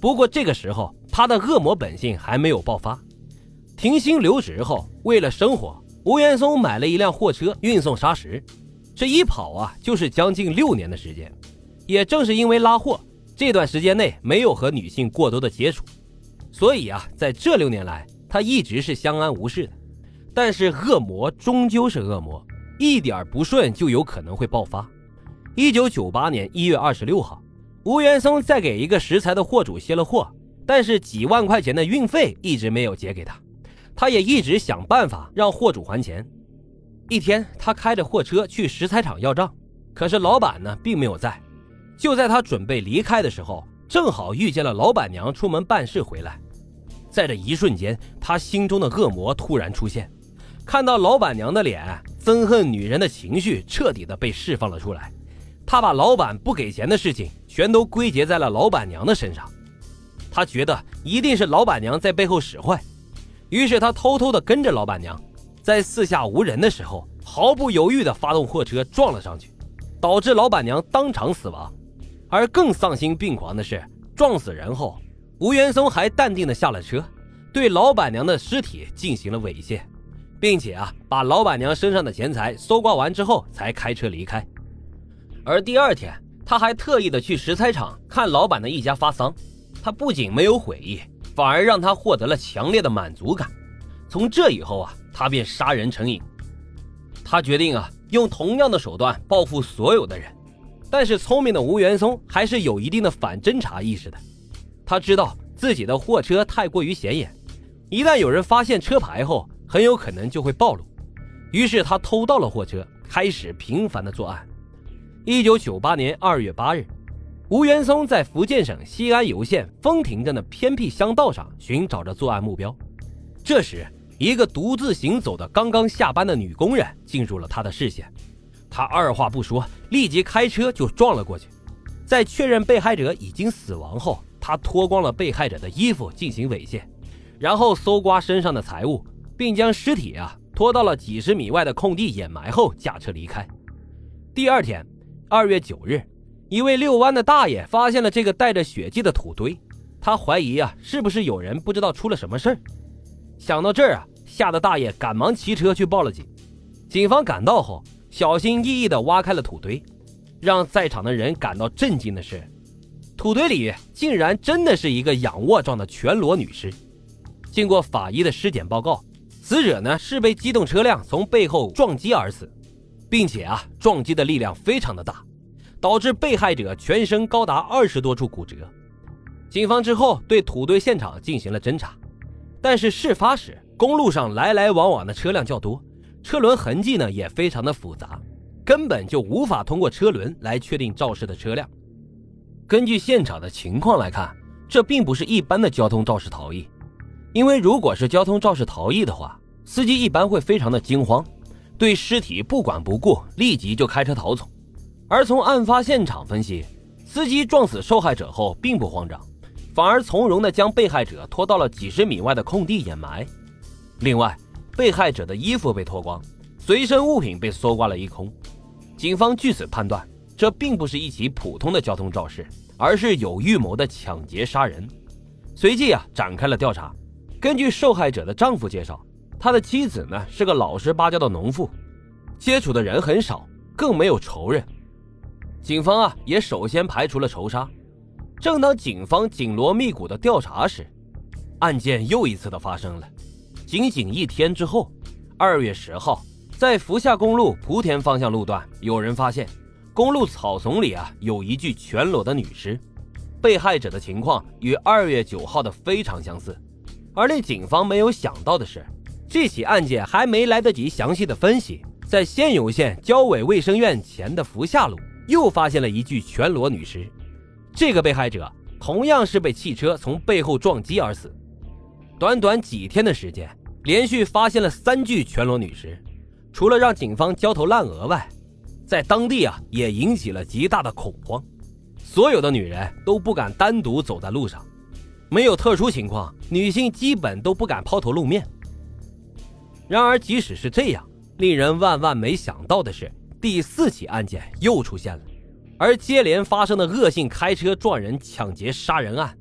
不过这个时候他的恶魔本性还没有爆发。停薪留职后，为了生活，吴元松买了一辆货车运送砂石，这一跑啊就是将近6年的时间。也正是因为拉货，这段时间内没有和女性过多的接触，所以啊在这6年来他一直是相安无事的。但是恶魔终究是恶魔，一点不顺就有可能会爆发。1998年1月26号，吴元松在给一个食材的货主卸了货，但是几万块钱的运费一直没有结给他，他也一直想办法让货主还钱。一天，他开着货车去食材厂要账，可是老板呢并没有在。就在他准备离开的时候，正好遇见了老板娘出门办事回来。在这一瞬间，他心中的恶魔突然出现，看到老板娘的脸，憎恨女人的情绪彻底的被释放了出来。他把老板不给钱的事情全都归结在了老板娘的身上，他觉得一定是老板娘在背后使坏，于是他偷偷的跟着老板娘，在四下无人的时候毫不犹豫的发动货车撞了上去，导致老板娘当场死亡。而更丧心病狂的是，撞死人后，吴元松还淡定的下了车，对老板娘的尸体进行了猥亵，并且把老板娘身上的钱财搜刮完之后才开车离开。而第二天，他还特意的去食材厂看老板的一家发丧，他不仅没有悔意，反而让他获得了强烈的满足感。从这以后他便杀人成瘾。他决定用同样的手段报复所有的人。但是聪明的吴元松还是有一定的反侦查意识的，他知道自己的货车太过于显眼，一旦有人发现车牌后，很有可能就会暴露。于是他偷盗了货车，开始频繁的作案。1998年2月8日，吴元松在福建省西安邮县丰亭镇的偏僻乡道上寻找着作案目标。这时，一个独自行走的刚刚下班的女工人进入了他的视线。他二话不说，立即开车就撞了过去。在确认被害者已经死亡后，他脱光了被害者的衣服进行猥亵，然后搜刮身上的财物，并将尸体拖到了几十米外的空地掩埋后驾车离开。第二天2月9日，一位遛弯的大爷发现了这个带着血迹的土堆，他怀疑是不是有人不知道出了什么事儿。想到这儿吓得大爷赶忙骑车去报了警。警方赶到后，小心翼翼地挖开了土堆，让在场的人感到震惊的是，土堆里竟然真的是一个仰卧状的全裸女尸。经过法医的尸检报告，死者呢是被机动车辆从背后撞击而死，并且撞击的力量非常的大，导致被害者全身高达20多处骨折。警方之后对土堆现场进行了侦查，但是事发时公路上来来往往的车辆较多，车轮痕迹呢也非常的复杂，根本就无法通过车轮来确定肇事的车辆。根据现场的情况来看，这并不是一般的交通肇事逃逸，因为如果是交通肇事逃逸的话，司机一般会非常的惊慌，对尸体不管不顾，立即就开车逃走。而从案发现场分析，司机撞死受害者后并不慌张，反而从容地将被害者拖到了几十米外的空地掩埋。另外，被害者的衣服被脱光，随身物品被搜刮了一空。警方据此判断，这并不是一起普通的交通肇事，而是有预谋的抢劫杀人。随即展开了调查。根据受害者的丈夫介绍，他的妻子呢是个老实巴交的农妇，接触的人很少，更没有仇人。警方也首先排除了仇杀。正当警方紧锣密鼓的调查时，案件又一次的发生了。仅仅一天之后，2月10号，在福厦公路莆田方向路段，有人发现公路草丛里有一具全裸的女尸。被害者的情况与2月9号的非常相似。而令警方没有想到的是，这起案件还没来得及详细的分析，在仙游县交委卫生院前的福厦路又发现了一具全裸女尸。这个被害者同样是被汽车从背后撞击而死。短短几天的时间，连续发现了3具全裸女尸，除了让警方焦头烂额外，在当地也引起了极大的恐慌。所有的女人都不敢单独走在路上，没有特殊情况，女性基本都不敢抛头露面。然而即使是这样，令人万万没想到的是，第4起案件又出现了。而接连发生的恶性开车撞人抢劫杀人案，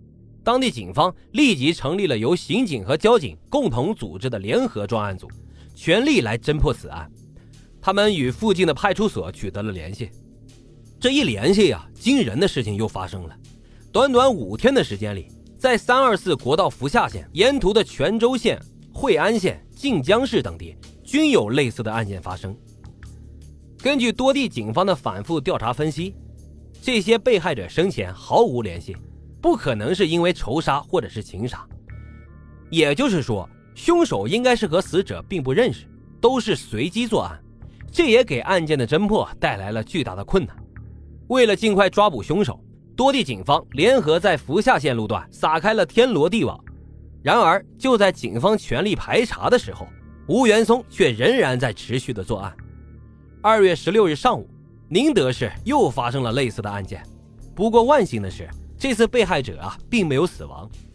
当地警方立即成立了由刑警和交警共同组织的联合专案组，全力来侦破此案。他们与附近的派出所取得了联系。这一联系啊，惊人的事情又发生了。短短5天的时间里，在324国道福厦线沿途的泉州县、惠安县、晋江市等地均有类似的案件发生。根据多地警方的反复调查分析，这些被害者生前毫无联系，不可能是因为仇杀或者是情杀。也就是说，凶手应该是和死者并不认识，都是随机作案，这也给案件的侦破带来了巨大的困难。为了尽快抓捕凶手，多地警方联合在福厦线路段撒开了天罗地网。然而就在警方全力排查的时候，吴元松却仍然在持续的作案。2月16日上午，宁德市又发生了类似的案件，不过万幸的是，这次被害者并没有死亡，